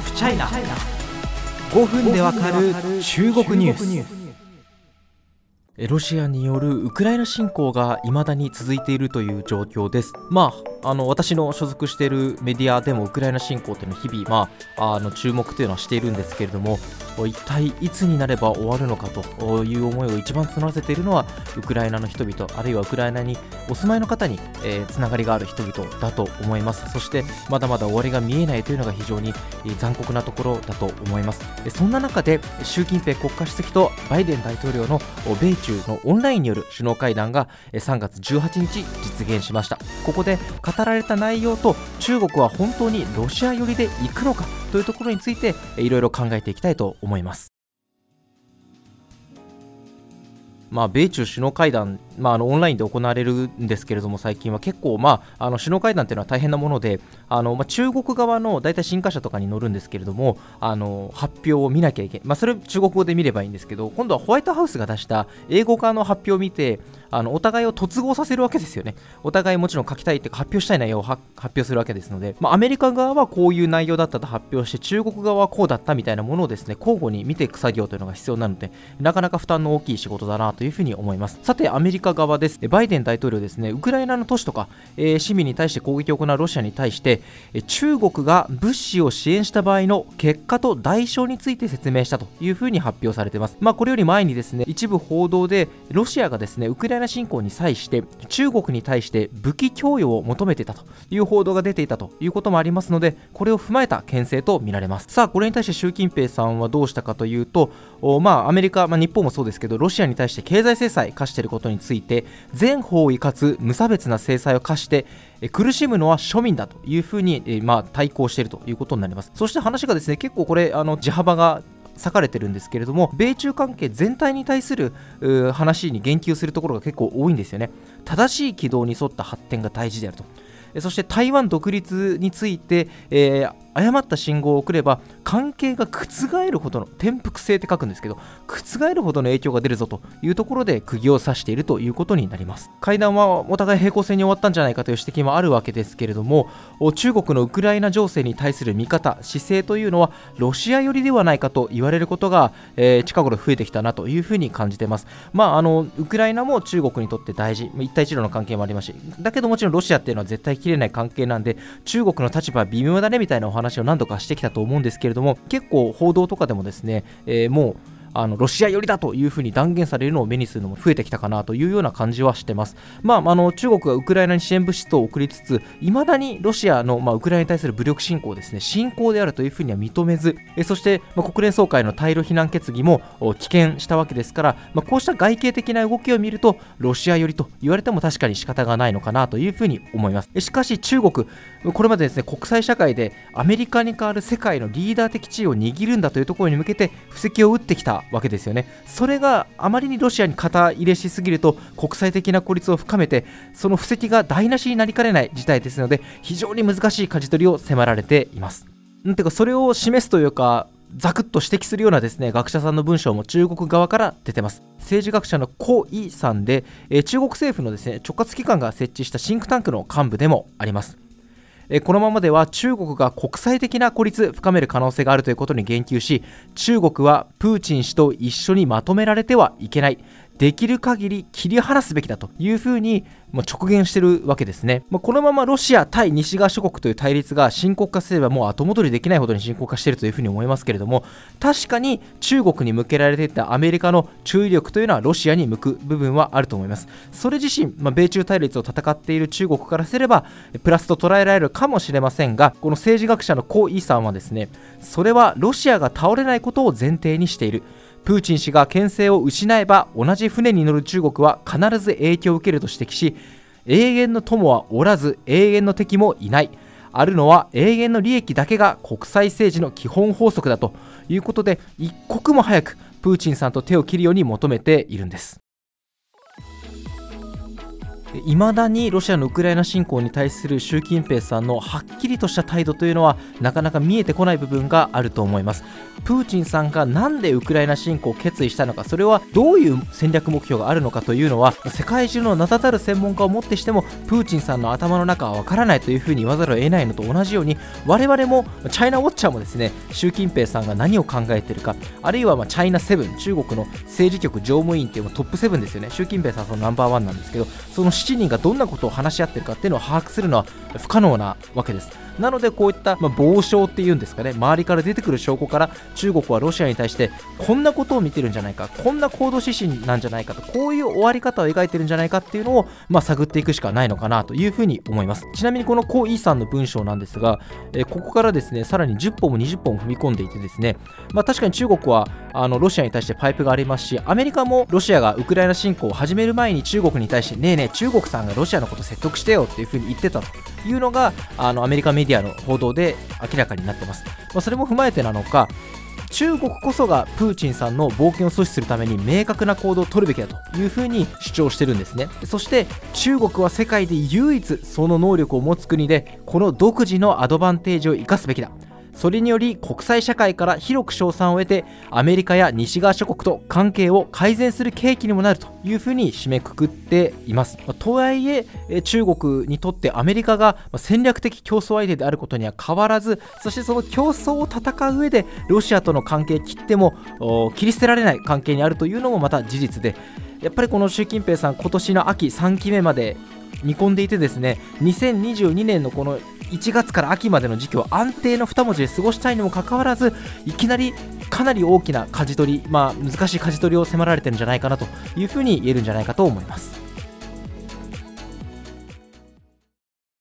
フチャイナ、5分でわかる中国ニュース。ロシアによるウクライナ侵攻が未だに続いているという状況です。私の所属しているメディアでもウクライナ侵攻というのを日々、注目というのはしているんですけれども、一体いつになれば終わるのかという思いを一番募らせているのはウクライナの人々、あるいはウクライナにお住まいの方に、つながりがある人々だと思います。そしてまだまだ終わりが見えないというのが非常に残酷なところだと思います。そんな中で習近平国家主席とバイデン大統領の米中のオンラインによる首脳会談が3月18日実現しました。ここで語られた内容と中国は本当にロシア寄りで行くのかというところについていろいろ考えていきたいと思います。米中首脳会談、オンラインで行われるんですけれども、最近は結構、首脳会談というのは大変なもので、中国側の大体新華社とかに載るんですけれども、発表を見なきゃいけない、それ中国語で見ればいいんですけど、今度はホワイトハウスが出した英語化の発表を見て、お互いを突合させるわけですよね。お互いもちろん書きたいって発表したい内容を発表するわけですので、アメリカ側はこういう内容だったと発表して、中国側はこうだったみたいなものをですね、交互に見ていく作業というのが必要なので、なかなか負担の大きい仕事だなというふうに思います。さてアメリカ側です。バイデン大統領ですね、ウクライナの都市とか、市民に対して攻撃を行うロシアに対して、中国が物資を支援した場合の結果と代償について説明したというふうに発表されています。これより前にですね、一部報道でロシアがですね、ウクライナ侵攻に際して中国に対して武器供与を求めていたという報道が出ていたということもありますので、これを踏まえた牽制と見られます。さあこれに対して習近平さんはどうしたかというと、アメリカ、日本もそうですけど、ロシアに対して経済制裁課していることについて、全方位かつ無差別な制裁を課して苦しむのは庶民だというふうに、対抗しているということになります。そして話がですね、結構これ地幅が割かれてるんですけれども、米中関係全体に対する話に言及するところが結構多いんですよね。正しい軌道に沿った発展が大事であると。そして台湾独立について、誤った信号を送れば関係が覆るほどの、転覆性って書くんですけど、覆るほどの影響が出るぞというところで釘を刺しているということになります。会談はお互い平行線に終わったんじゃないかという指摘もあるわけですけれども、中国のウクライナ情勢に対する見方、姿勢というのはロシア寄りではないかと言われることが、近頃増えてきたなというふうに感じています。ウクライナも中国にとって大事、一帯一路の関係もありますし、だけどもちろんロシアっていうのは絶対切れない関係なんで、中国の立場は微妙だねみたいなお話を何度かしてきたと思うんですけれども、結構報道とかでもですね、もうロシア寄りだというふうに断言されるのを目にするのも増えてきたかなというような感じはしてます。中国がウクライナに支援物資等を送りつつ、未だにロシアの、ウクライナに対する武力侵攻ですね、侵攻であるというふうには認めず、そして、国連総会の対ロ非難決議も棄権したわけですから、こうした外形的な動きを見るとロシア寄りと言われても確かに仕方がないのかなというふうに思います。しかし中国、これまでですね、国際社会でアメリカに代わる世界のリーダー的地位を握るんだというところに向けて布石を打ってきたわけですよね。それがあまりにロシアに肩入れしすぎると国際的な孤立を深めて、その布石が台無しになりかねない事態ですので、非常に難しい舵取りを迫られています。それを示すというか、ザクッと指摘するようなですね、学者さんの文章も中国側から出てます。政治学者のコ・イさんで、中国政府のですね、直轄機関が設置したシンクタンクの幹部でもあります。このままでは中国が国際的な孤立深める可能性があるということに言及し、中国はプーチン氏と一緒にまとめられてはいけない、できる限り切り離すべきだというふうに直言しているわけですね。このままロシア対西側諸国という対立が深刻化すれば、もう後戻りできないほどに深刻化しているというふうに思いますけれども、確かに中国に向けられていたアメリカの注意力というのはロシアに向く部分はあると思います。それ自身、米中対立を戦っている中国からすればプラスと捉えられるかもしれませんが、この政治学者のコ・イさんはですね、それはロシアが倒れないことを前提にしている。プーチン氏が権勢を失えば同じ船に乗る中国は必ず影響を受けると指摘し、永遠の友はおらず永遠の敵もいない、あるのは永遠の利益だけが国際政治の基本法則だということで、一刻も早くプーチンさんと手を切るように求めているんです。 未だにロシアのウクライナ侵攻に対する習近平さんのはっきりとした態度というのはなかなか見えてこない部分があると思います。プーチンさんがなんでウクライナ侵攻を決意したのか、それはどういう戦略目標があるのかというのは、世界中の名だたる専門家をもってしてもプーチンさんの頭の中はわからないというふうに言わざるを得ないのと同じように、我々もチャイナウォッチャーもですね、習近平さんが何を考えているか、あるいはチャイナセブン、中国の政治局常務委員っていうのトップ7ですよね。習近平さんはそのナンバーワンなんですけど、その7人がどんなことを話し合っているかっていうのを把握するのは不可能なわけです。なのでこういった、傍証っていうんですかね、周りから出てくる証拠から中国はロシアに対してこんなことを見てるんじゃないか、こんな行動指針なんじゃないかと、こういう終わり方を描いてるんじゃないかっていうのを、探っていくしかないのかなというふうに思います。ちなみにこのコ・イさんの文章なんですが、ここからですねさらに10本も20本も踏み込んでいてですね、確かに中国はロシアに対してパイプがありますし、アメリカもロシアがウクライナ侵攻を始める前に中国に対してねえねえ中国さんがロシアのこと説得してよっていうふうに言ってたというのがアメリカメディアの報道で明らかになってます。それも踏まえてなのか、中国こそがプーチンさんの冒険を阻止するために明確な行動を取るべきだというふうに主張してるんですね。そして中国は世界で唯一その能力を持つ国で、この独自のアドバンテージを生かすべきだ。それにより国際社会から広く称賛を得て、アメリカや西側諸国と関係を改善する契機にもなるというふうに締めくくっています。とはいえ中国にとってアメリカが戦略的競争相手であることには変わらず、そしてその競争を戦う上でロシアとの関係切っても切り捨てられない関係にあるというのもまた事実で、やっぱりこの習近平さん、今年の秋3期目まで見込んでいてですね、2022年のこの1月から秋までの時期を安定の2文字で過ごしたいにもかかわらず、いきなりかなり大きな舵取り、難しい舵取りを迫られてるんじゃないかなというふうに言えるんじゃないかと思います。